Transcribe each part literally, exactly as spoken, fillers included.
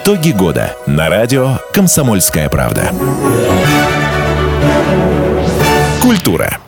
Итоги года на радио «Комсомольская правда». Культура.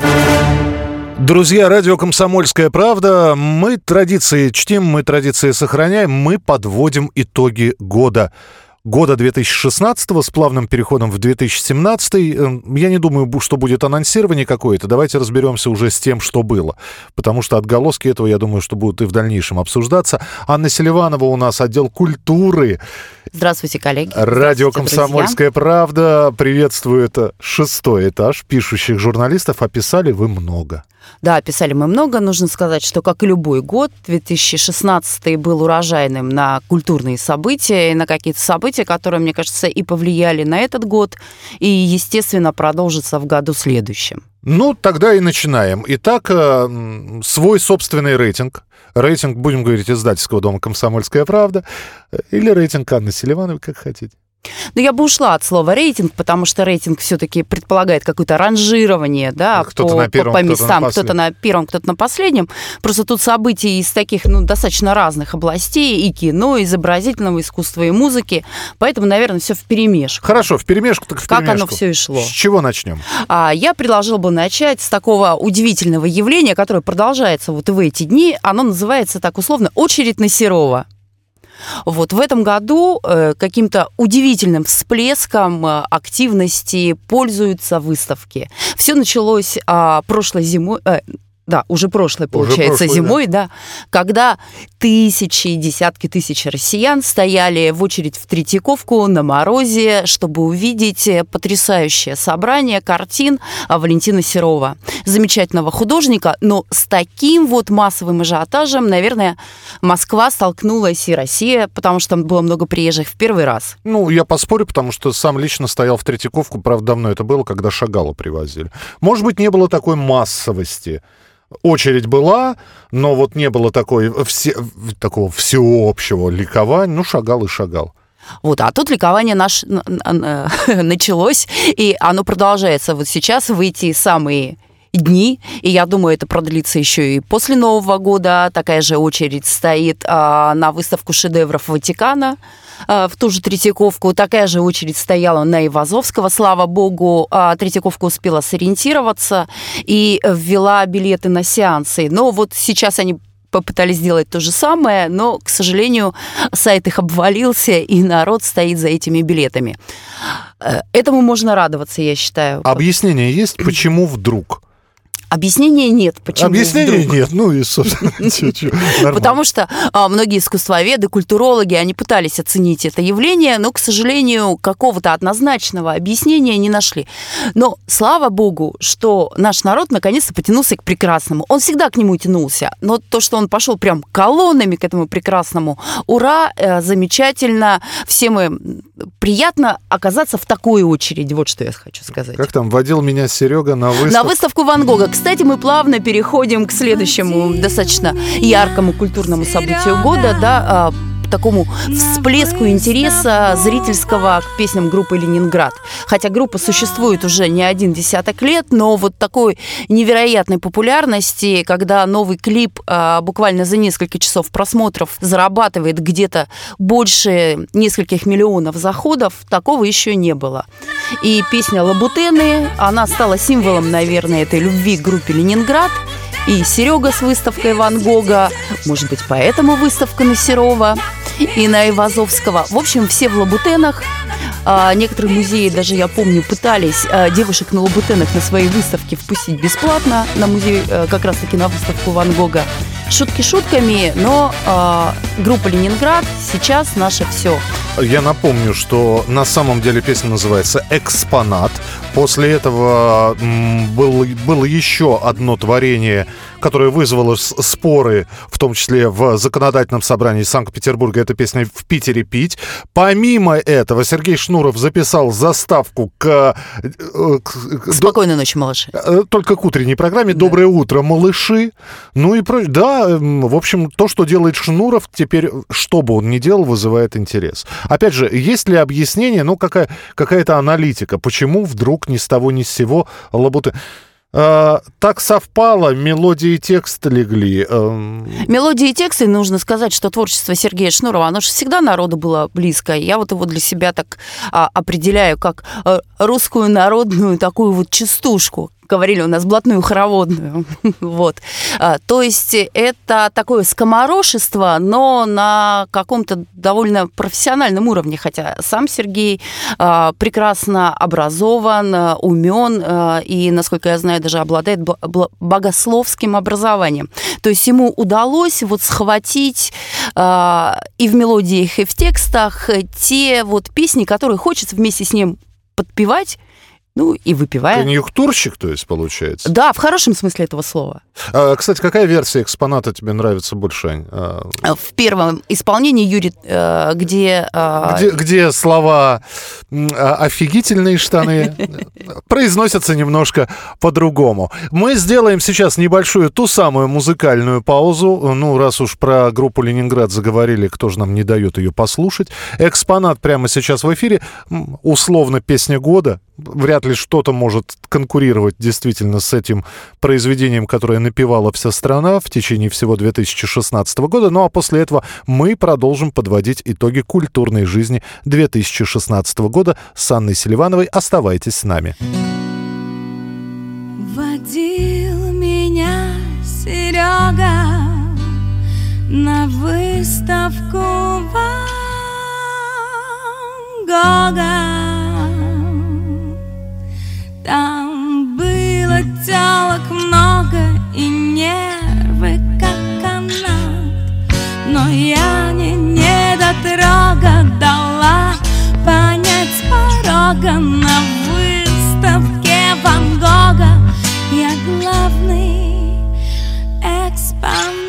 Друзья, радио «Комсомольская правда». Мы традиции чтим, мы традиции сохраняем, мы подводим итоги года. Года две тысячи шестнадцатого с плавным переходом в две тысячи семнадцатый. Я не думаю, что будет анонсирование какое-то. Давайте разберемся уже с тем, что было. Потому что отголоски этого, я думаю, что будут и в дальнейшем обсуждаться. Анна Селиванова у нас, отдел культуры. Здравствуйте, коллеги. Радио Здравствуйте, «Комсомольская правда» приветствует шестой этаж. Пишущих журналистов описали вы много. Да, писали мы много. Нужно сказать, что, как и любой год, две тысячи шестнадцатый был урожайным на культурные события и на какие-то события, которые, мне кажется, и повлияли на этот год, и, естественно, продолжатся в году следующем. Ну, тогда и начинаем. Итак, свой собственный рейтинг. Рейтинг, будем говорить, издательского дома «Комсомольская правда» или рейтинг Анны Селивановой, как хотите. Но я бы ушла от слова рейтинг, потому что рейтинг все-таки предполагает какое-то ранжирование, да, кто-то по, на первом, по местам, кто-то на, кто-то на первом, кто-то на последнем. Просто тут события из таких, ну, достаточно разных областей, и кино, и изобразительного искусства, и музыки. Поэтому, наверное, все вперемешку. Хорошо, вперемешку, так вперемешку. Как оно все и шло. С чего начнем? А, я предложила бы начать с такого удивительного явления, которое продолжается вот в эти дни. Оно называется так условно «Очередь на Серова». Вот в этом году э, каким-то удивительным всплеском э, активности пользуются выставки. Все началось э, прошлой зимой... Э, Да, уже прошлой, получается, уже прошлой, зимой, да. да, когда тысячи, десятки тысяч россиян стояли в очередь в Третьяковку на морозе, чтобы увидеть потрясающее собрание картин Валентина Серова, замечательного художника, но с таким вот массовым ажиотажем, наверное, Москва столкнулась и Россия, потому что там было много приезжих в первый раз. Ну, я поспорю, потому что сам лично стоял в Третьяковку, правда, давно это было, когда Шагала привозили. Может быть, не было такой массовости. Очередь была, но вот не было такой, все, такого всеобщего ликования. Ну, шагал и шагал. Вот, а тут ликование наш, началось, и оно продолжается. Вот сейчас в эти самые дни, и я думаю, это продлится еще и после Нового года. Такая же очередь стоит а, на выставку шедевров Ватикана в ту же Третьяковку. Такая же очередь стояла на Ивазовского. Слава богу, Третьяковка успела сориентироваться и ввела билеты на сеансы. Но вот сейчас они попытались сделать то же самое, но, к сожалению, сайт их обвалился, и народ стоит за этими билетами. Этому можно радоваться, я считаю. Объяснение есть, почему вдруг? Объяснения нет. Почему Объяснений вдруг? нет. Ну и, собственно, потому что а, многие искусствоведы, культурологи, они пытались оценить это явление, но, к сожалению, какого-то однозначного объяснения не нашли. Но, слава богу, что наш народ наконец-то потянулся к прекрасному. Он всегда к нему тянулся, но то, что он пошел прям колоннами к этому прекрасному, ура, э, замечательно. Всем им приятно оказаться в такой очереди. Вот что я хочу сказать. Как там, водил меня Серега на выставку? На выставку Ван Гога. Кстати, мы плавно переходим к следующему достаточно яркому культурному событию года, да, такому всплеску интереса зрительского к песням группы «Ленинград». Хотя группа существует уже не один десяток лет, но вот такой невероятной популярности, когда новый клип а, буквально за несколько часов просмотров зарабатывает где-то больше нескольких миллионов заходов, такого еще не было. И песня «Лабутены», она стала символом, наверное, этой любви к группе «Ленинград». И Серега с выставкой Ван Гога, может быть, поэтому выставка на Серова и на Ивазовского. В общем, все в лабутенах. А, некоторые музеи, даже я помню, пытались а, девушек на лабутенах на свои выставки впустить бесплатно, на музей, а, как раз-таки на выставку Ван Гога. Шутки шутками, но а, группа «Ленинград» сейчас наше все. Я напомню, что на самом деле песня называется «Экспонат». После этого было, было еще одно творение, которое вызвало споры, в том числе в законодательном собрании Санкт-Петербурга. Это песня «В Питере пить». Помимо этого, Сергей Шнуров записал заставку к... к «Спокойной ночи, малыши». Только к утренней программе Да. «Доброе утро, малыши». Ну и прочее. Да, в общем, то, что делает Шнуров, теперь, что бы он ни делал, вызывает интерес. Опять же, есть ли объяснение, ну, какая, какая-то аналитика, почему вдруг ни с того ни с сего лабуты... А, так совпало, мелодии и текст легли. Мелодии и тексты, нужно сказать, что творчество Сергея Шнурова, оно же всегда народу было близко. Я вот его для себя так а, определяю, как а, русскую народную такую вот частушку. Говорили у нас блатную хороводную. Вот. А, то есть это такое скоморошество, но на каком-то довольно профессиональном уровне, хотя сам Сергей а, прекрасно образован, умен а, и, насколько я знаю, даже обладает богословским образованием. То есть ему удалось вот схватить а, и в мелодиях, и в текстах те вот песни, которые хочется вместе с ним подпевать, ну и выпивая. Конъюнктурщик, то есть, получается? Да, в хорошем смысле этого слова. А, кстати, какая версия экспоната тебе нравится больше, Ань? А... В первом исполнении, Юрий, где... Где, где слова «офигительные штаны» произносятся немножко по-другому. Мы сделаем сейчас небольшую, ту самую музыкальную паузу. Ну, раз уж про группу «Ленинград» заговорили, кто же нам не дает ее послушать. Экспонат прямо сейчас в эфире. Условно, песня года. Вряд ли что-то может конкурировать действительно с этим произведением, которое напевала вся страна в течение всего две тысячи шестнадцатого года. Ну а после этого мы продолжим подводить итоги культурной жизни две тысячи шестнадцатого года с Анной Селивановой. Оставайтесь с нами. Водил меня Серега на выставку Ван Гога. Там было телок много и нервы как канат, но я не недотрога дала понять с порога. На выставке Ван Гога я главный экспонат.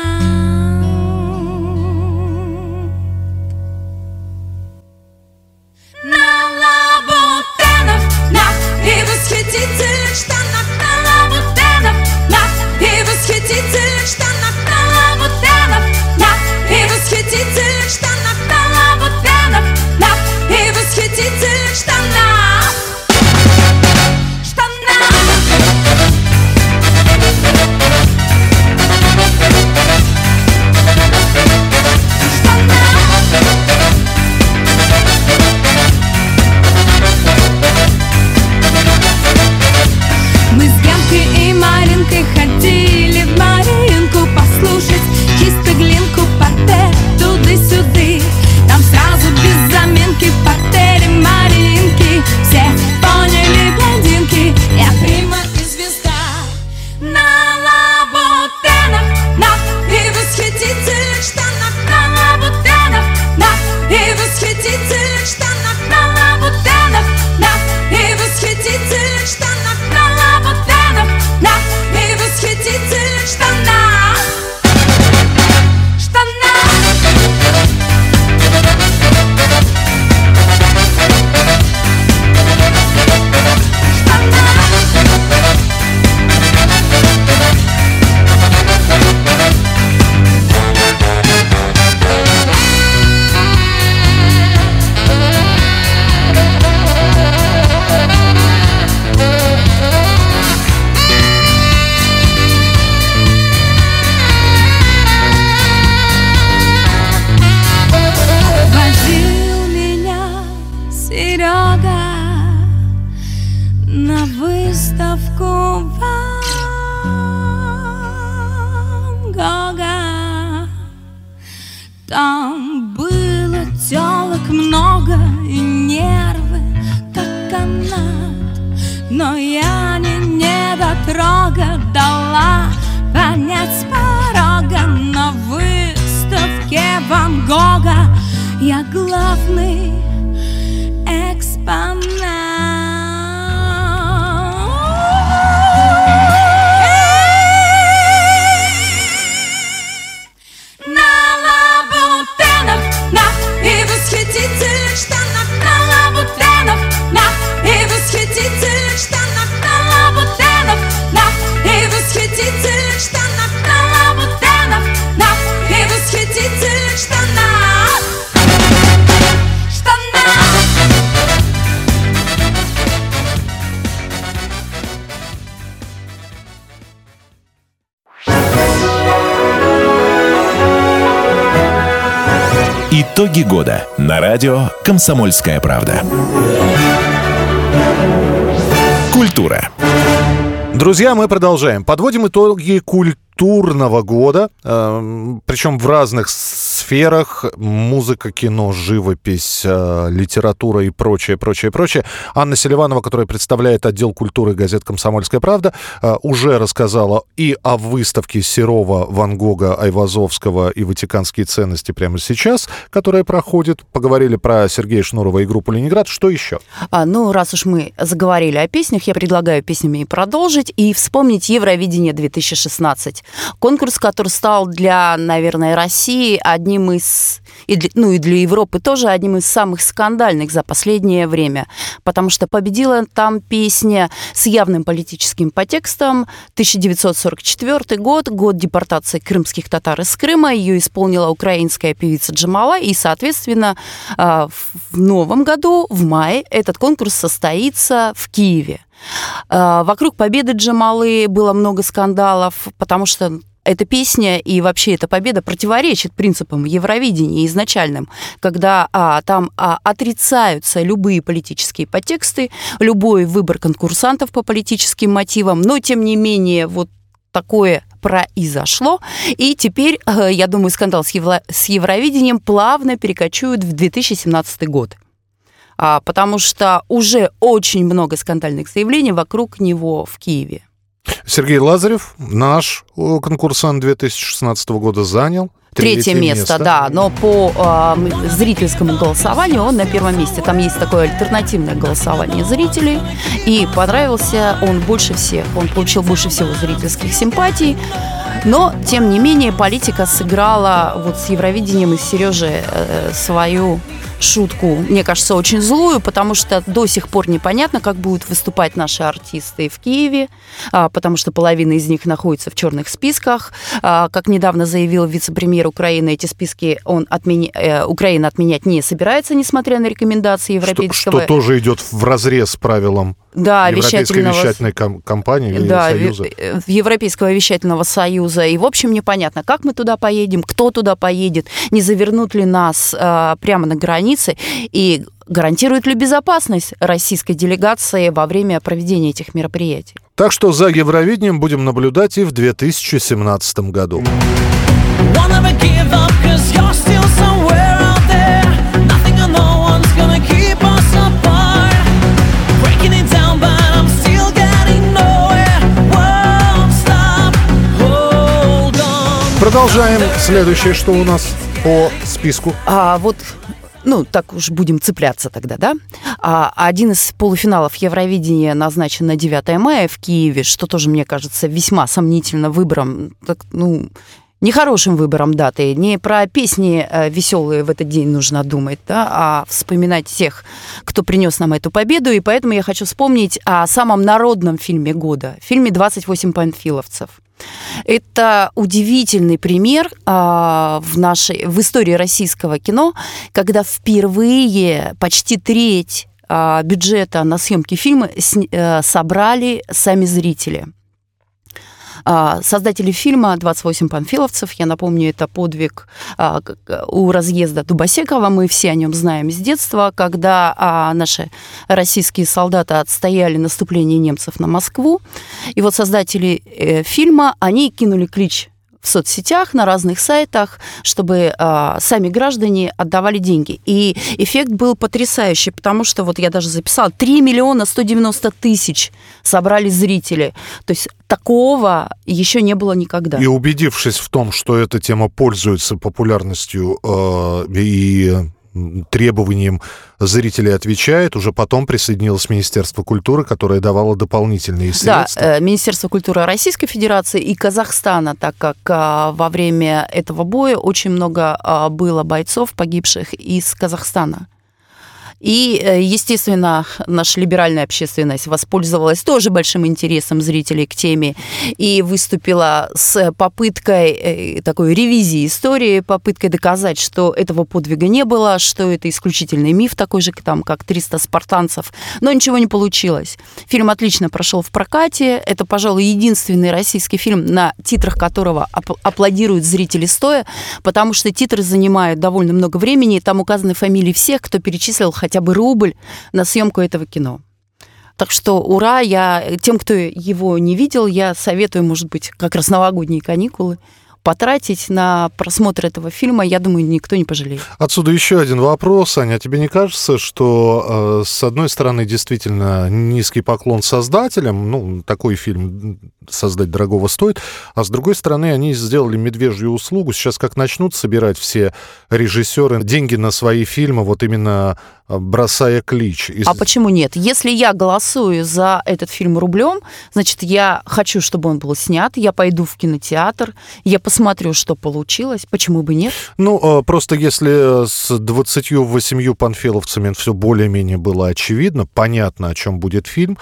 На лабутенах, на и восхитительных штанах, на лабутенах, на и восхитительных штанах, на лабутенах, на и восхитительных штанах, на лабутенах, на и восхитительных штанах. Штанах. Мы с Генкой и Маринкой ходили в Маринку послушать чисто глинку, партер туды-сюды. Там сразу без заминки в партере Маринки все поняли блондинки, я прима и звезда. На лабутенах, на и восхитительных штанах, на лабутенах, на и восхитительных штанах, на лабутенах, на и восхитительных штанах, на лабутенах, на и восхитительных штанах. Штанах. Возил меня Серега на выставку Ван Гога. Там было телок много и нервы как канат, но я не недотрога дала понять с порога. На выставке Ван Гога я главный экспонат. На лабутенах, на и восхитительных штанах, на лабутенах, на и восхитительных штанах, на лабутенах, на и восхитительных штанах, на лабутенах, на и восхитительных штанах. Итоги года на радио «Комсомольская правда». Культура. Друзья, мы продолжаем. Подводим итоги культурного года, э, причем в разных сферах: музыка, кино, живопись, э, литература и прочее, прочее, прочее. Анна Селиванова, которая представляет отдел культуры газет «Комсомольская правда», э, уже рассказала и о выставке Серова, Ван Гога, Айвазовского и «Ватиканские ценности» прямо сейчас, которая проходит. Поговорили про Сергея Шнурова и группу «Ленинград». Что еще? А, ну, раз уж мы заговорили о песнях, я предлагаю песнями и продолжить, и вспомнить Евровидение две тысячи шестнадцать. Конкурс, который стал для, наверное, России одним из, и для, ну и для Европы тоже одним из самых скандальных за последнее время, потому что победила там песня с явным политическим подтекстом. тысяча девятьсот сорок четвёртый год, год депортации крымских татар из Крыма. Ее исполнила украинская певица Джамала, и, соответственно, в новом году, в мае, этот конкурс состоится в Киеве. Вокруг победы Джамалы было много скандалов, потому что эта песня и вообще эта победа противоречит принципам Евровидения изначальным, когда а, там а, отрицаются любые политические подтексты, любой выбор конкурсантов по политическим мотивам, но тем не менее вот такое произошло, и теперь, я думаю, скандал с, Евро... с Евровидением плавно перекочует в две тысячи семнадцатый год. Потому что уже очень много скандальных заявлений вокруг него в Киеве. Сергей Лазарев, наш конкурсант две тысячи шестнадцатого года, занял Третье, Третье место, место, да, но по э, зрительскому голосованию он на первом месте. Там есть такое альтернативное голосование зрителей, и понравился он больше всех. Он получил больше всего зрительских симпатий, но, тем не менее, политика сыграла вот с Евровидением и с Сережей э, свою шутку, мне кажется, очень злую, потому что до сих пор непонятно, как будут выступать наши артисты в Киеве, потому что половина из них находится в черных списках. Как недавно заявил вице-премьер Украины, эти списки он отменя... Украина отменять не собирается, несмотря на рекомендации европейского... Что, что тоже идет вразрез с правилом да, Европейской вещательного... вещательной ком- компании или да, Союза. Европейского вещательного союза. И, в общем, непонятно, как мы туда поедем, кто туда поедет, не завернут ли нас а, прямо на границе, и гарантирует ли безопасность российской делегации во время проведения этих мероприятий. Так что за Евровидением будем наблюдать и в две тысячи семнадцатом году. Продолжаем. Следующее, что у нас по списку? А вот, ну, так уж будем цепляться тогда, да? А, один из полуфиналов Евровидения назначен на девятое мая в Киеве, что тоже, мне кажется, весьма сомнительно выбором, так, ну, нехорошим выбором даты. Не про песни веселые в этот день нужно думать, да, а вспоминать тех, кто принес нам эту победу. И поэтому я хочу вспомнить о самом народном фильме года, фильме «двадцать восемь панфиловцев». Это удивительный пример а, в нашей, в истории российского кино, когда впервые почти треть а, бюджета на съемки фильма сни, а, собрали сами зрители. Создатели фильма «двадцать восемь панфиловцев», я напомню, это подвиг а, у разъезда Дубосекова, мы все о нем знаем с детства, когда а, наши российские солдаты отстояли наступление немцев на Москву. И вот создатели э, фильма, они кинули клич в соцсетях, на разных сайтах, чтобы э, сами граждане отдавали деньги. И эффект был потрясающий, потому что, вот я даже записала, три миллиона сто девяносто тысяч собрали зрители. То есть такого еще не было никогда. И убедившись в том, что эта тема пользуется популярностью э, и требованиям зрителей отвечает, уже потом присоединилось Министерство культуры, которое давало дополнительные средства. Да, Министерство культуры Российской Федерации и Казахстана, так как во время этого боя очень много было бойцов, погибших из Казахстана. И, естественно, наша либеральная общественность воспользовалась тоже большим интересом зрителей к теме и выступила с попыткой такой ревизии истории, попыткой доказать, что этого подвига не было, что это исключительный миф, такой же, там, как триста спартанцев. Но ничего не получилось. Фильм отлично прошел в прокате. Это, пожалуй, единственный российский фильм, на титрах которого аплодируют зрители стоя, потому что титры занимают довольно много времени, и там указаны фамилии всех, кто перечислил хотя бы рубль на съемку этого кино. Так что ура, я тем, кто его не видел, я советую, может быть, как раз новогодние каникулы, потратить на просмотр этого фильма, я думаю, никто не пожалеет. Отсюда еще один вопрос, Аня. А тебе не кажется, что, э, с одной стороны, действительно низкий поклон создателям, ну, такой фильм создать дорогого стоит, а с другой стороны, они сделали медвежью услугу. Сейчас как начнут собирать все режиссеры деньги на свои фильмы, вот именно бросая клич. А почему нет? Если я голосую за этот фильм рублем, значит, я хочу, чтобы он был снят, я пойду в кинотеатр, я посмотрю, что получилось, почему бы нет? Ну, просто если с двадцатью восемью панфиловцами все более-менее было очевидно, понятно, о чем будет фильм,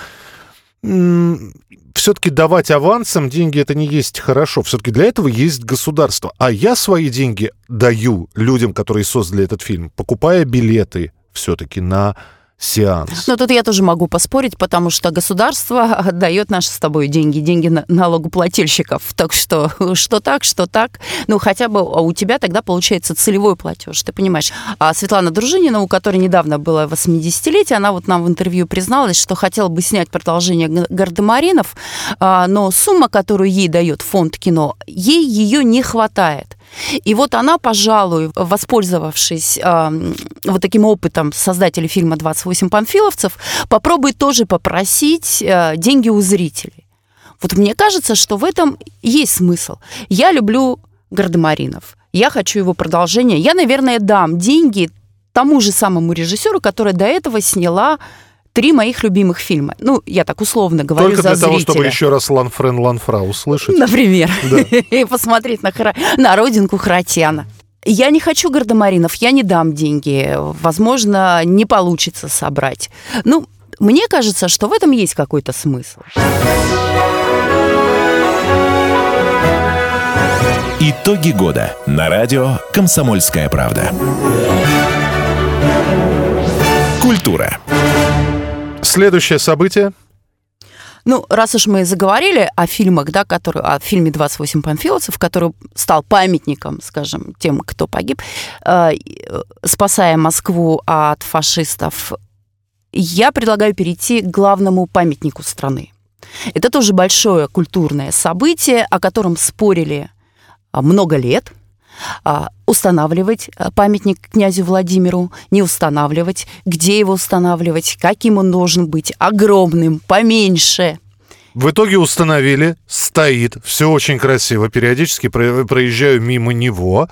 все-таки давать авансом деньги — это не есть хорошо. Все-таки для этого есть государство. А я свои деньги даю людям, которые создали этот фильм, покупая билеты все-таки на сеанс. Но тут я тоже могу поспорить, потому что государство отдает наши с тобой деньги, деньги налогоплательщиков. Так что, что так, что так. Ну, хотя бы у тебя тогда получается целевой платеж, ты понимаешь. А Светлана Дружинина, у которой недавно было восьмидесятилетие, она вот нам в интервью призналась, что хотела бы снять продолжение «Гардемаринов», но сумма, которую ей дает фонд кино, ей ее не хватает. И вот она, пожалуй, воспользовавшись э, вот таким опытом создателей фильма «двадцать восемь панфиловцев», попробует тоже попросить э, деньги у зрителей. Вот мне кажется, что в этом есть смысл. Я люблю Гардемаринов, я хочу его продолжения. Я, наверное, дам деньги тому же самому режиссеру, которая до этого сняла три моих любимых фильма. Ну, я так условно говорю Только за для того, зрителя. чтобы еще раз Ланфрен Ланфра услышать. Например. И посмотреть на, хра... на родинку Харатьяна. Я не хочу Гардемаринов, я не дам деньги. Возможно, не получится собрать. Ну, мне кажется, что в этом есть какой-то смысл. Итоги года на радио «Комсомольская правда». Культура. Следующее событие. Ну, раз уж мы заговорили о фильмах, да, который, о фильме «двадцать восемь панфиловцев», который стал памятником, скажем, тем, кто погиб, э, спасая Москву от фашистов, я предлагаю перейти к главному памятнику страны. Это тоже большое культурное событие, о котором спорили много лет. Устанавливать памятник князю Владимиру, не устанавливать, где его устанавливать, каким он должен быть, огромным, поменьше. В итоге установили, стоит, все очень красиво. Периодически проезжаю мимо него,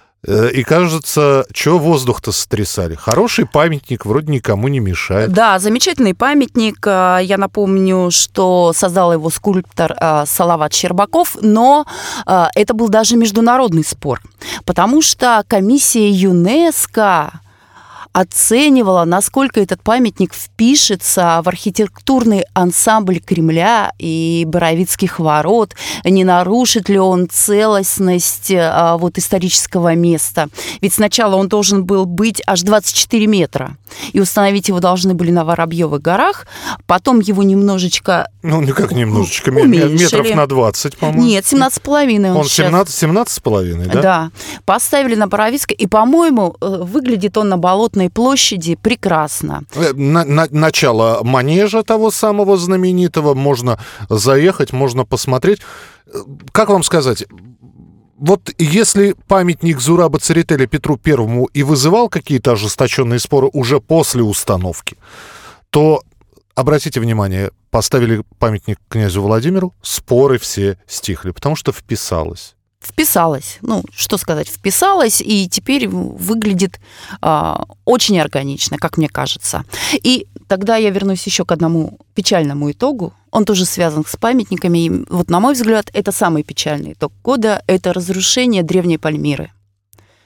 и кажется, что воздух-то сотрясали. Хороший памятник, вроде никому не мешает. Да, замечательный памятник. Я напомню, что создал его скульптор Салават Щербаков, но это был даже международный спор, потому что комиссия ЮНЕСКО оценивала, насколько этот памятник впишется в архитектурный ансамбль Кремля и Боровицких ворот, не нарушит ли он целостность а, вот, исторического места. Ведь сначала он должен был быть аж двадцать четыре метра, и установить его должны были на Воробьевых горах, потом его немножечко Ну, никак немножечко, уменьшили. Метров на двадцать, по-моему. Нет, семнадцать с половиной он, Он сейчас. семнадцать, семнадцать с половиной, да? Да. Поставили на Боровицкой, и, по-моему, выглядит он на Болотной площади прекрасно. На, на, начало манежа того самого знаменитого. Можно заехать, можно посмотреть. Как вам сказать? Вот если памятник Зураба Церетели Петру Первому и вызывал какие-то ожесточенные споры уже после установки, то, обратите внимание, поставили памятник князю Владимиру, споры все стихли, потому что вписалось. Вписалась. Ну, что сказать, вписалась, и теперь выглядит э, очень органично, как мне кажется. И тогда я вернусь еще к одному печальному итогу. Он тоже связан с памятниками. И вот, на мой взгляд, это самый печальный итог года. Это разрушение древней Пальмиры.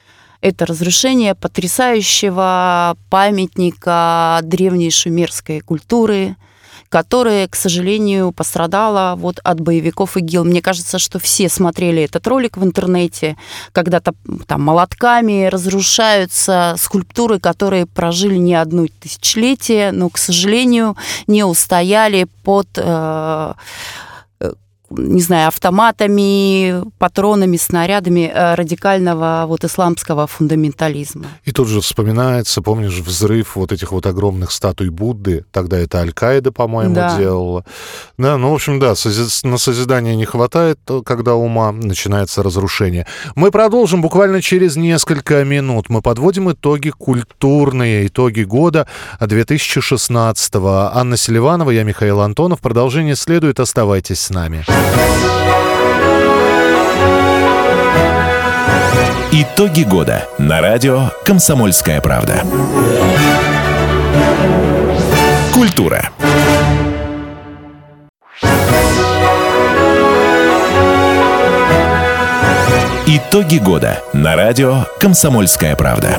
Это разрушение потрясающего памятника древней шумерской культуры, которая, к сожалению, пострадала вот от боевиков ИГИЛ. Мне кажется, что все смотрели этот ролик в интернете, когда-то там молотками разрушаются скульптуры, которые прожили не одно тысячелетие, но, к сожалению, не устояли под... Э- не знаю, автоматами, патронами, снарядами радикального вот исламского фундаментализма. И тут же вспоминается, помнишь, взрыв вот этих вот огромных статуй Будды, тогда это Аль-Каида, по-моему, да. делала. Да, ну, в общем, да, на созидание не хватает, когда ума начинается разрушение. Мы продолжим буквально через несколько минут. Мы подводим итоги культурные, итоги года две тысячи шестнадцатого. Анна Селиванова, я Михаил Антонов. Продолжение следует. Оставайтесь с нами. Итоги года на радио «Комсомольская правда». Культура. Итоги года на радио «Комсомольская правда».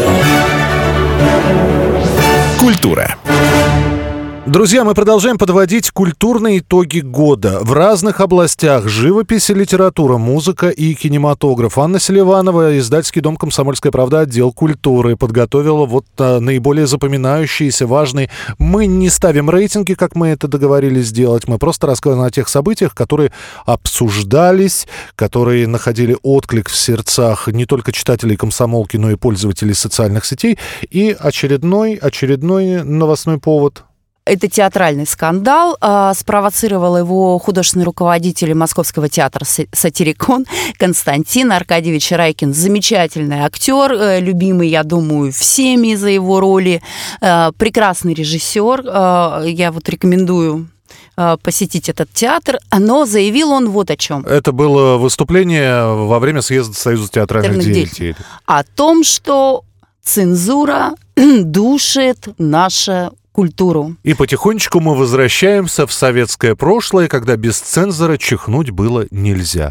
Культура. Друзья, мы продолжаем подводить культурные итоги года. В разных областях: живопись и литература, музыка и кинематограф. Анна Селиванова, издательский дом «Комсомольская правда», отдел культуры, подготовила вот а, наиболее запоминающиеся, важные. Мы не ставим рейтинги, как мы это договорились сделать. Мы просто рассказываем о тех событиях, которые обсуждались, которые находили отклик в сердцах не только читателей «Комсомолки», но и пользователей социальных сетей. И очередной, очередной новостной повод. Это театральный скандал. Спровоцировал его художественный руководитель Московского театра «Сатирикон» Константин Аркадьевич Райкин. Замечательный актер, любимый, я думаю, всеми за его роли. Прекрасный режиссер. Я вот рекомендую посетить этот театр, но заявил он вот о чем. Это было выступление во время съезда Союза театральных деятелей. О том, что цензура душит наше культуру. И потихонечку мы возвращаемся в советское прошлое, когда без цензора чихнуть было нельзя.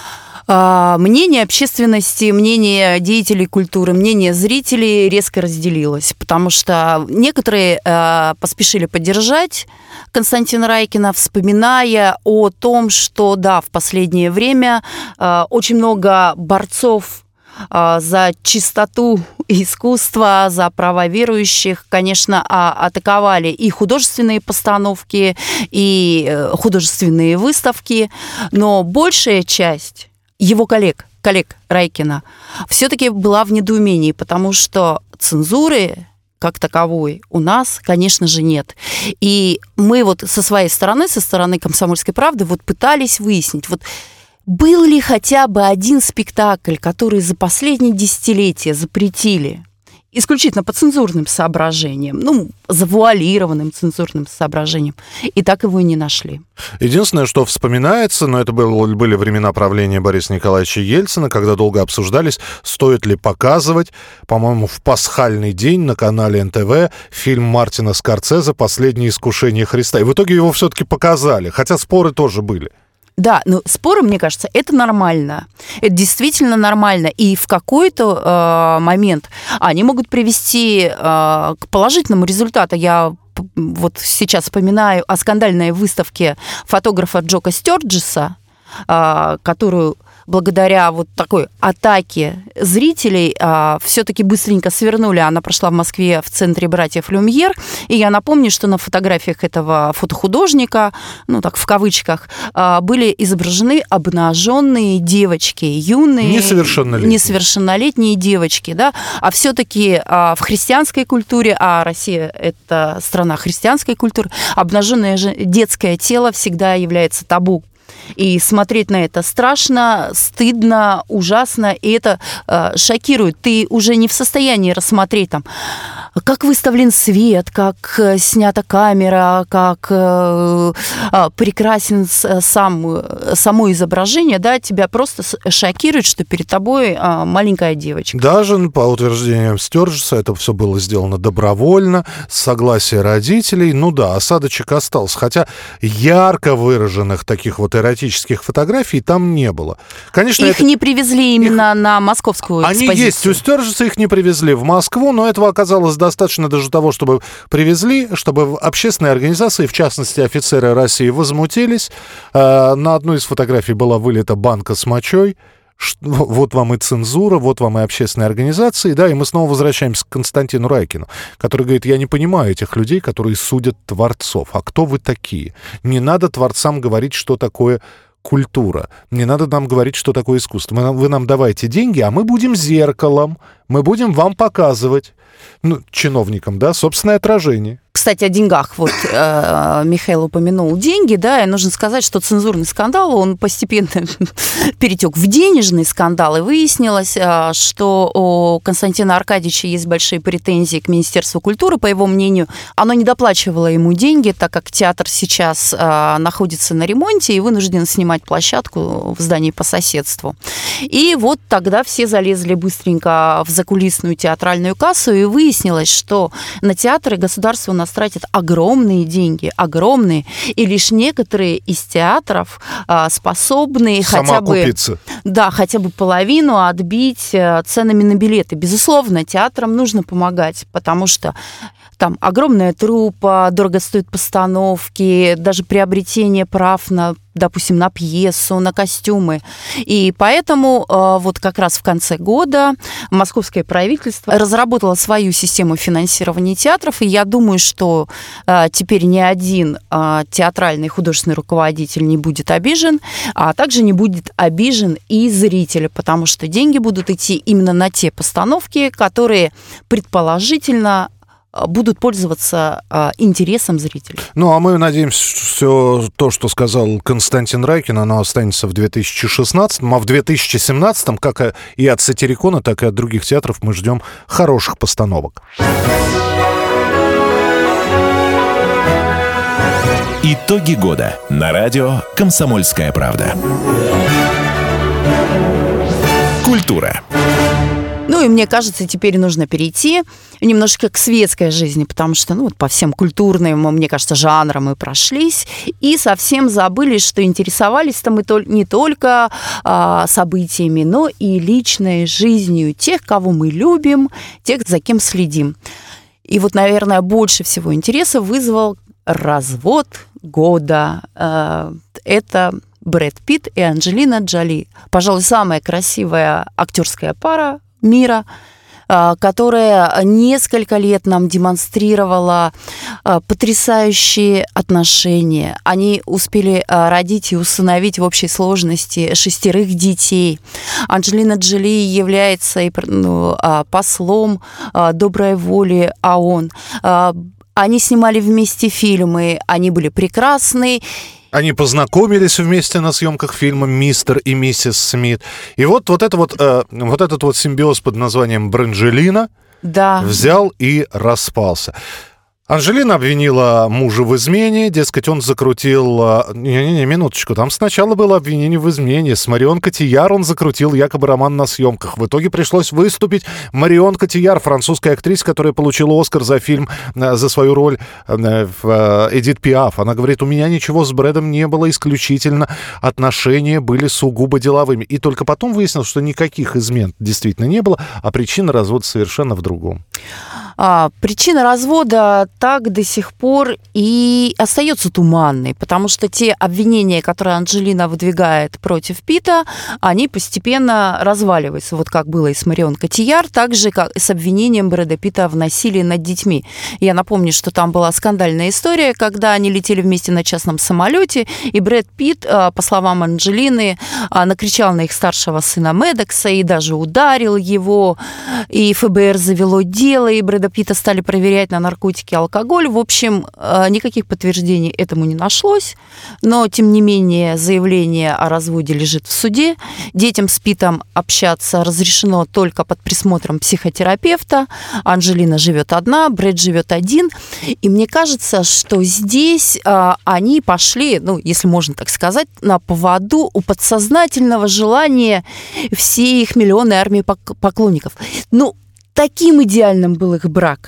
Мнение общественности, мнение деятелей культуры, мнение зрителей резко разделилось, потому что некоторые поспешили поддержать Константина Райкина, вспоминая о том, что, да, в последнее время очень много борцов за чистоту искусства, за права верующих, конечно, атаковали и художественные постановки, и художественные выставки, но большая часть его коллег, коллег Райкина, все-таки была в недоумении, потому что цензуры как таковой у нас, конечно же, нет. И мы вот со своей стороны, со стороны «Комсомольской правды», вот пытались выяснить, вот был ли хотя бы один спектакль, который за последние десятилетия запретили исключительно по цензурным соображениям, ну, завуалированным цензурным соображениям, и так его и не нашли. Единственное, что вспоминается, но это было, были времена правления Бориса Николаевича Ельцина, когда долго обсуждались, стоит ли показывать, по-моему, в пасхальный день на канале эн тэ вэ фильм Мартина Скорсезе «Последнее искушение Христа». И в итоге его все-таки показали, хотя споры тоже были. Да, но споры, мне кажется, это нормально. Это действительно нормально. И в какой-то э, момент они могут привести э, к положительному результату. Я вот сейчас вспоминаю о скандальной выставке фотографа Джока Стёрджеса, э, которую благодаря вот такой атаке зрителей а, все-таки быстренько свернули. Она прошла в Москве в центре братьев Люмьер. И я напомню, что на фотографиях этого фотохудожника, ну так в кавычках, а, были изображены обнаженные девочки, юные, несовершеннолетние, несовершеннолетние девочки, да. А все-таки а, в христианской культуре, а Россия это страна христианской культуры, обнаженное же детское тело всегда является табу. И смотреть на это страшно, стыдно, ужасно, и это э, шокирует. Ты уже не в состоянии рассмотреть там, как выставлен свет, как э, снята камера, как э, э, прекрасен сам, само изображение, да, тебя просто шокирует, что перед тобой э, маленькая девочка. Даже по утверждениям Стёрджеса это все было сделано добровольно, с согласия родителей. Ну да, осадочек остался. Хотя ярко выраженных таких вот эротических фотографий там не было. Конечно, их это... не привезли именно их... на московскую экспозицию. Они есть у Стержица, их не привезли в Москву, но этого оказалось достаточно даже того, чтобы привезли, чтобы общественные организации, в частности офицеры России, возмутились. На одной из фотографий была вылита банка с мочой. Вот вам и цензура, вот вам и общественные организации, да, и мы снова возвращаемся к Константину Райкину, который говорит: я не понимаю этих людей, которые судят творцов. А кто вы такие? Не надо творцам говорить, что такое культура. Не надо нам говорить, что такое искусство. Мы, вы нам давайте деньги, а мы будем зеркалом, мы будем вам показывать, ну, чиновникам, да, собственное отражение. Кстати, о деньгах. Вот э, Михаил упомянул деньги, да, и нужно сказать, что цензурный скандал, он постепенно перетек в денежный скандал, и выяснилось, э, что у Константина Аркадьевича есть большие претензии к Министерству культуры, по его мнению. Оно не доплачивало ему деньги, так как театр сейчас э, находится на ремонте и вынужден снимать площадку в здании по соседству. И вот тогда все залезли быстренько в закулисную театральную кассу, и выяснилось, что на театры государство у нас тратит огромные деньги, огромные, и лишь некоторые из театров а, способны Сама хотя бы, купиться. да, хотя бы половину отбить ценами на билеты. Безусловно, театрам нужно помогать, потому что там огромная труппа, дорого стоят постановки, даже приобретение прав на, допустим, на пьесу, на костюмы. И поэтому вот как раз в конце года московское правительство разработало свою систему финансирования театров, и я думаю, что теперь ни один театральный художественный руководитель не будет обижен, а также не будет обижен и зритель, потому что деньги будут идти именно на те постановки, которые предположительно будут пользоваться а, интересом зрителей. Ну, а мы надеемся, что все то, что сказал Константин Райкин, оно останется в две тысячи шестнадцатом, а в две тысячи семнадцатом, как и от Сатирикона, так и от других театров, мы ждем хороших постановок. Итоги года на радио «Комсомольская правда». Культура. Ну и мне кажется, теперь нужно перейти немножко к светской жизни, потому что, ну, вот по всем культурным, мне кажется, жанрам мы прошлись и совсем забыли, что интересовались-то мы не только а, событиями, но и личной жизнью тех, кого мы любим, тех, за кем следим. И вот, наверное, больше всего интереса вызвал развод года. Это Брэд Питт и Анджелина Джоли. Пожалуй, самая красивая актерская пара мира, которая несколько лет нам демонстрировала потрясающие отношения. Они успели родить и усыновить в общей сложности шестерых детей. Анджелина Джоли является ну, послом доброй воли ООН. Они снимали вместе фильмы, они были прекрасны. Они познакомились вместе на съемках фильма «Мистер и миссис Смит». И вот, вот, это вот, э, вот этот вот симбиоз под названием «Бранжелина» да. взял и распался. Анджелина обвинила мужа в измене, дескать, он закрутил... Не-не-не, минуточку, там сначала было обвинение в измене. С Марион Котийяр он закрутил якобы роман на съемках. В итоге пришлось выступить Марион Котийяр, французская актриса, которая получила Оскар за фильм, за свою роль в Эдит Пиаф. Она говорит, у меня ничего с Брэдом не было, исключительно отношения были сугубо деловыми. И только потом выяснилось, что никаких измен действительно не было, а причина развода совершенно в другом. А, причина развода так до сих пор и остается туманной, потому что те обвинения, которые Анджелина выдвигает против Питта, они постепенно разваливаются. Вот как было и с Марион Котийяр, так же, как и с обвинением Брэда Питта в насилии над детьми. Я напомню, что там была скандальная история, когда они летели вместе на частном самолете, и Брэд Питт, по словам Анджелины, накричал на их старшего сына Медокса и даже ударил его, и эф бэ эр завело дело, и Брэда Питта стали проверять на наркотики и алкоголь. В общем, никаких подтверждений этому не нашлось, но, тем не менее, заявление о разводе лежит в суде. Детям с Питтом общаться разрешено только под присмотром психотерапевта. Анджелина живет одна, Брэд живет один. И мне кажется, что здесь они пошли, ну, если можно так сказать, на поводу у подсознательного желания всей их миллионной армии поклонников. Ну, таким идеальным был их брак.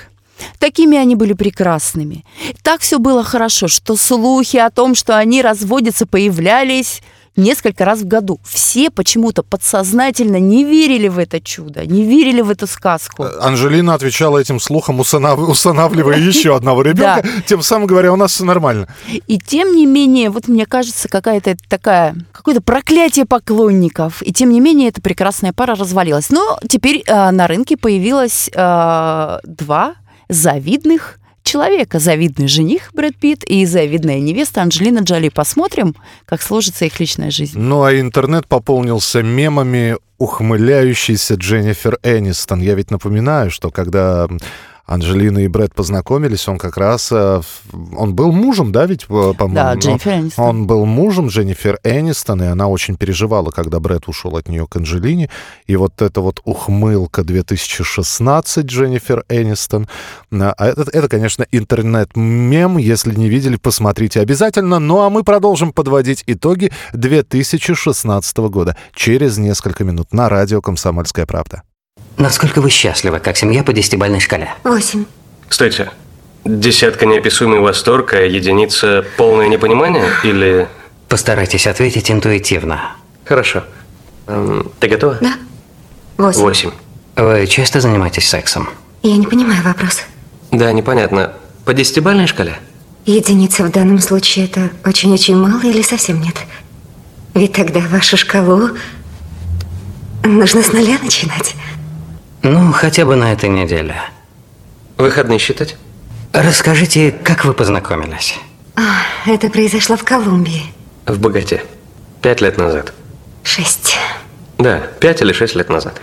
Такими они были прекрасными. Так все было хорошо, что слухи о том, что они разводятся, появлялись несколько раз в году. Все почему-то подсознательно не верили в это чудо, не верили в эту сказку. Анжелина отвечала этим слухам, усынав... усынавливая еще одного ребенка, тем самым говоря, у нас все нормально. И тем не менее, вот мне кажется, какая-то такая, какое-то проклятие поклонников. И тем не менее, эта прекрасная пара развалилась. Но теперь э, на рынке появилось э, два завидных человека. Завидный жених Брэд Питт и завидная невеста Анджелина Джоли. Посмотрим, как сложится их личная жизнь. Ну, а интернет пополнился мемами ухмыляющейся Дженнифер Энистон. Я ведь напоминаю, что когда Анджелина и Брэд познакомились, он как раз... Он был мужем, да, ведь, по-моему? Да, Дженнифер Энистон. Он был мужем Дженнифер Энистон, и она очень переживала, когда Брэд ушел от нее к Анджелине. И вот эта вот ухмылка две тысячи шестнадцать Дженнифер Энистон. А это, это, конечно, интернет-мем. Если не видели, посмотрите обязательно. Ну, а мы продолжим подводить итоги две тысячи шестнадцатого года через несколько минут на радио «Комсомольская правда». Насколько вы счастливы, как семья по десятибалльной шкале? Восемь. Стойте. Десятка неописуемый восторг, а единица полное непонимание или... Постарайтесь ответить интуитивно. Хорошо. Эм, ты готова? Да. Восемь. Восемь. Вы часто занимаетесь сексом? Я не понимаю вопрос. Да, непонятно. По десятибалльной шкале? Единица в данном случае это очень-очень мало или совсем нет? Ведь тогда вашу шкалу нужно с нуля начинать. Ну, хотя бы на этой неделе. Выходные считать? Расскажите, как вы познакомились? А, это произошло в Колумбии. В Боготе. Пять лет назад. Шесть. Да, пять или шесть лет назад.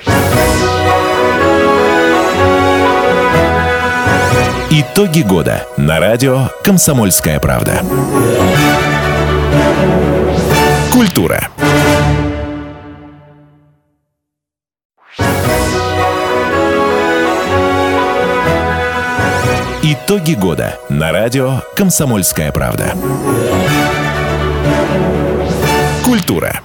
Итоги года на радио «Комсомольская правда». Культура. Итоги года на радио «Комсомольская правда». Культура.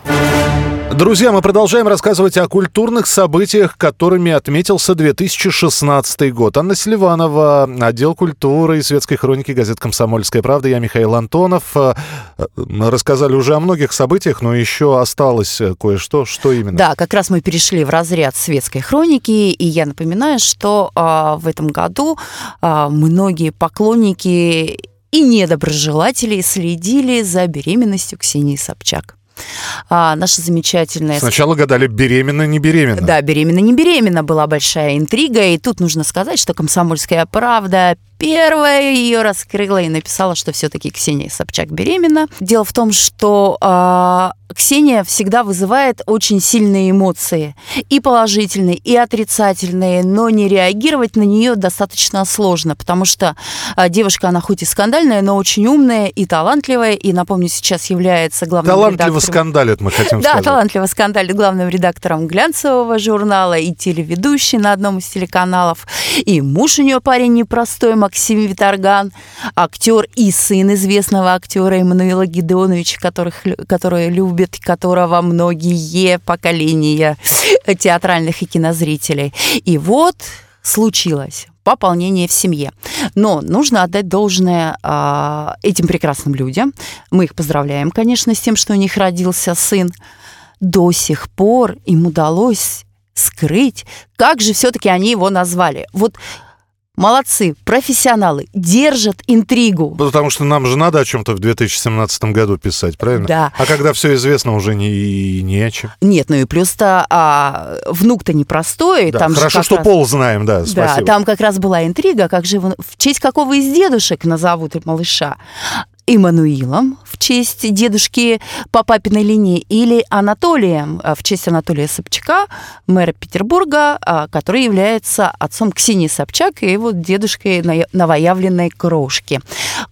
Друзья, мы продолжаем рассказывать о культурных событиях, которыми отметился две тысячи шестнадцатый год. Анна Селиванова, отдел культуры и светской хроники газет «Комсомольская правда». Я Михаил Антонов. Рассказали уже о многих событиях, но еще осталось кое-что. Что именно? Да, как раз мы перешли в разряд светской хроники, и я напоминаю, что а, в этом году а, многие поклонники и недоброжелатели следили за беременностью Ксении Собчак. А, наша замечательная... Сначала гадали, беременна, не беременна. Да, беременна, не беременна, была большая интрига, и тут нужно сказать, что «Комсомольская правда» первая ее раскрыла и написала, что все-таки Ксения Собчак беременна. Дело в том, что э, Ксения всегда вызывает очень сильные эмоции, и положительные, и отрицательные, но не реагировать на нее достаточно сложно, потому что э, девушка, она хоть и скандальная, но очень умная и талантливая, и, напомню, сейчас является главным талантливо редактором... скандалит, мы хотим да, сказать. Да, талантливо скандалит главным редактором глянцевого журнала и телеведущий на одном из телеканалов. И муж у нее парень непростой, Максим Виторган, актер и сын известного актера Эммануила Гедеоновича, которых, которого любят, которого многие поколения театральных и кинозрителей. И вот случилось пополнение в семье. Но нужно отдать должное а, этим прекрасным людям. Мы их поздравляем, конечно, с тем, что у них родился сын. До сих пор им удалось скрыть, как же все-таки они его назвали. Вот молодцы, профессионалы, держат интригу. Потому что нам же надо о чем-то в две тысячи семнадцатом году писать, правильно? Да. А когда все известно, уже не, не о чем. Нет, ну и плюс-то а, внук-то непростой. Да, там хорошо, же что раз... пол знаем, да, спасибо. Да, там как раз была интрига, как же его, в честь какого из дедушек назовут малыша. Эммануилом в честь дедушки по папиной линии или Анатолием в честь Анатолия Собчака, мэра Петербурга, который является отцом Ксении Собчак и вот дедушкой новоявленной крошки.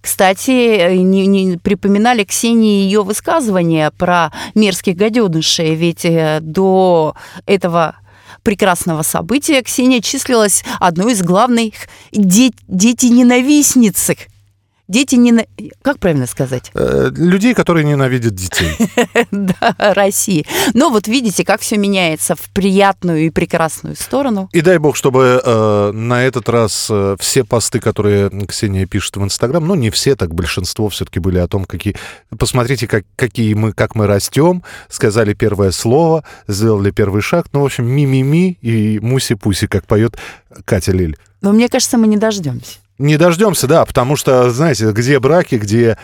Кстати, не, не припоминали Ксении ее высказывания про мерзких гаденышей, ведь до этого прекрасного события Ксения числилась одной из главных де- дети-ненавистниц Дети не... Как правильно сказать? Э, людей, которые ненавидят детей. Да, России. Но вот видите, как все меняется в приятную и прекрасную сторону. И дай бог, чтобы э, на этот раз э, все посты, которые Ксения пишет в Инстаграм, ну, не все, так большинство все-таки были о том, какие... Посмотрите, как, какие мы, как мы растем, сказали первое слово, сделали первый шаг. Ну, в общем, ми-ми-ми и муси-пуси, как поет Катя Лель. Но мне кажется, мы не дождемся. Не дождемся, да, потому что, знаете, где браки, где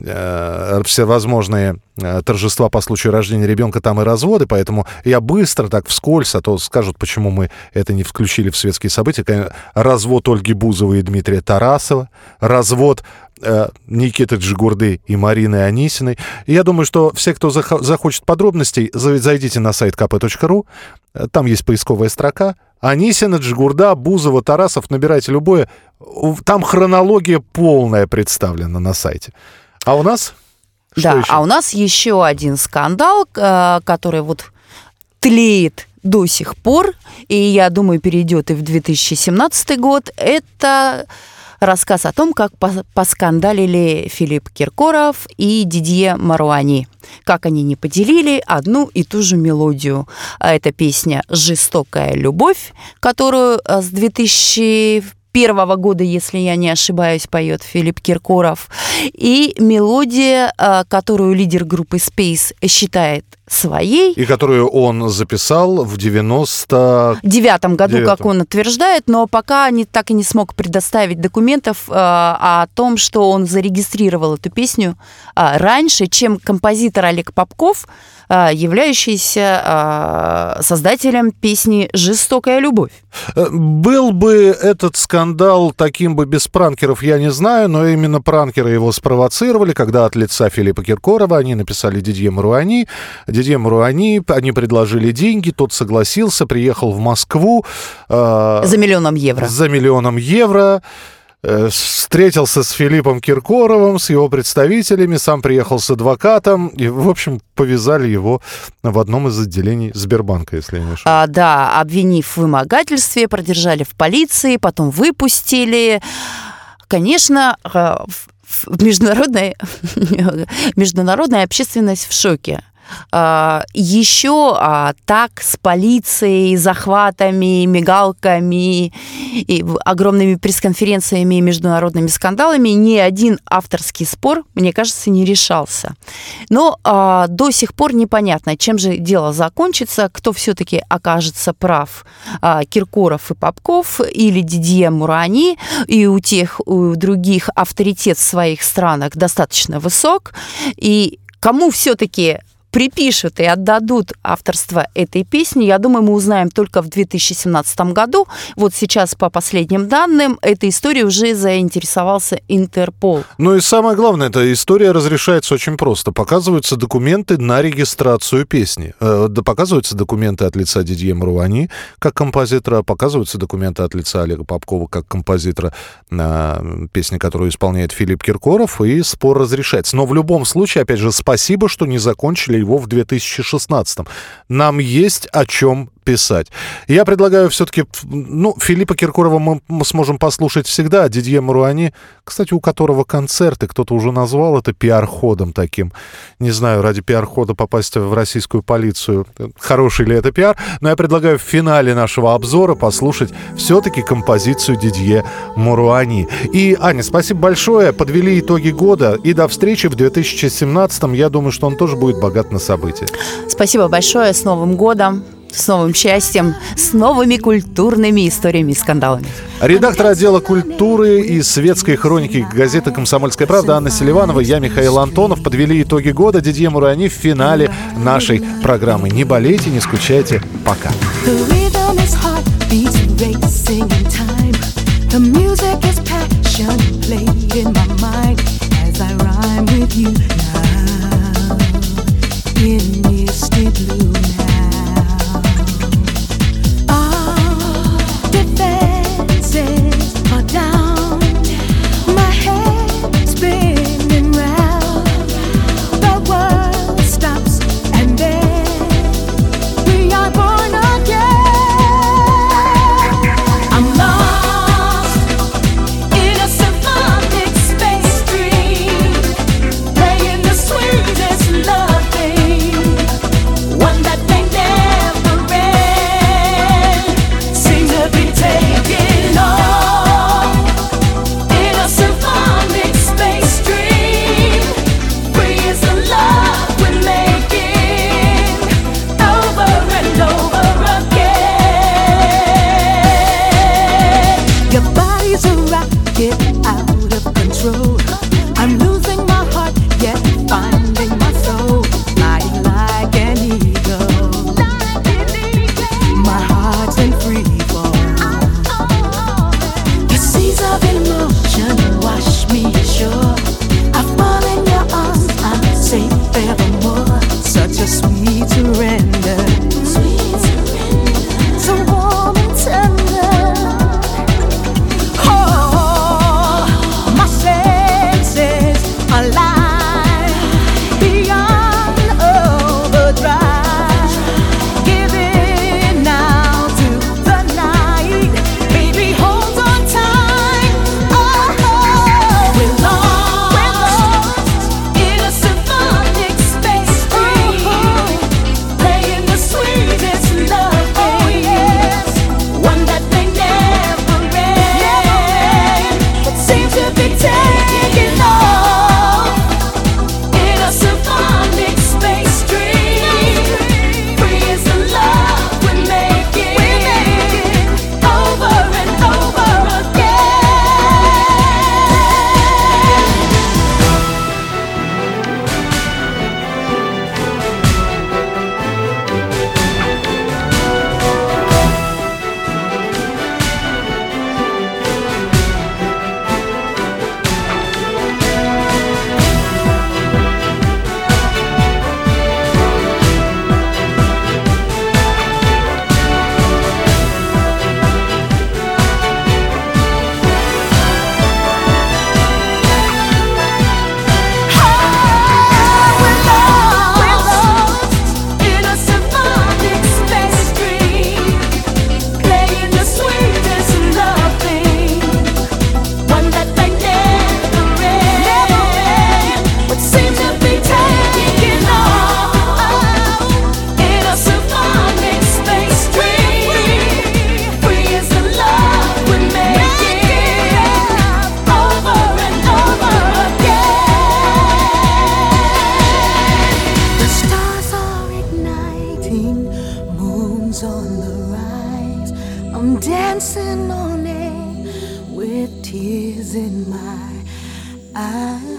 э, всевозможные э, торжества по случаю рождения ребенка, там и разводы, поэтому я быстро так вскользь, а то скажут, почему мы это не включили в светские события. Конечно, развод Ольги Бузовой и Дмитрия Тарасова, развод э, Никиты Джигурды и Марины Анисиной. И я думаю, что все, кто зах- захочет подробностей, зайдите на сайт ка пэ точка ру, там есть поисковая строка. Анисина, Джигурда, Бузова, Тарасов, набирайте любое. Там хронология полная представлена на сайте. А у нас? Что да, еще? А у нас еще один скандал, который вот тлеет до сих пор, и, я думаю, перейдет и в две тысячи семнадцатый год. Это рассказ о том, как поскандалили Филипп Киркоров и Дидье Маруани. Как они не поделили одну и ту же мелодию. А это песня «Жестокая любовь», которую с две тысячи первого года, если я не ошибаюсь, поет Филипп Киркоров. И мелодия, которую лидер группы Space считает своей. И которую он записал в девяносто девятом году, как он утверждает, но пока не, так и не смог предоставить документов э, о том, что он зарегистрировал эту песню э, раньше, чем композитор Олег Попков, э, являющийся э, создателем песни «Жестокая любовь». Был бы этот скандал таким бы без пранкеров, я не знаю, но именно пранкеры его спровоцировали, когда от лица Филиппа Киркорова они написали Дидье Маруани. Дидье Маруани, они предложили деньги, тот согласился, приехал в Москву. Э, за миллионом евро. За миллионом евро. Э, встретился с Филиппом Киркоровым, с его представителями, сам приехал с адвокатом. И, в общем, повязали его в одном из отделений Сбербанка, если я не ошибаюсь. А, да, обвинив в вымогательстве, продержали в полиции, потом выпустили. Конечно, международная, международная общественность в шоке. Еще а, так с полицией, захватами, мигалками, и огромными пресс-конференциями и международными скандалами ни один авторский спор, мне кажется, не решался. Но а, до сих пор непонятно, чем же дело закончится, кто все-таки окажется прав. А, Киркоров и Попков или Дидье Маруани, и у тех, у других авторитет в своих странах достаточно высок, и кому все-таки припишут и отдадут авторство этой песни, я думаю, мы узнаем только в две тысячи семнадцатом году. Вот сейчас, по последним данным, этой историей уже заинтересовался Интерпол. Ну и самое главное, эта история разрешается очень просто. Показываются документы на регистрацию песни. Э, да, показываются документы от лица Дидье Маруани как композитора, показываются документы от лица Олега Попкова как композитора э, песни, которую исполняет Филипп Киркоров, и спор разрешается. Но в любом случае, опять же, спасибо, что не закончили его в две тысячи шестнадцатом. Нам есть о чем писать. Я предлагаю все-таки... Ну, Филиппа Киркорова мы, мы сможем послушать всегда, а Дидье Маруани, кстати, у которого концерты, кто-то уже назвал это пиар-ходом таким. Не знаю, ради пиар-хода попасть в российскую полицию, хороший ли это пиар, но я предлагаю в финале нашего обзора послушать все-таки композицию Дидье Маруани. И, Аня, спасибо большое, подвели итоги года, и до встречи в две тысячи семнадцатом. Я думаю, что он тоже будет богат на события. Спасибо большое, с Новым годом, с новым счастьем, с новыми культурными историями и скандалами. Редактор отдела культуры и светской хроники газеты «Комсомольская правда» Анна Селиванова, я Михаил Антонов. Подвели итоги года. Дидье Маруани в финале нашей программы. Не болейте, не скучайте. Пока. I'm lost in a symphonic space. I'm dancing on it with tears in my eyes.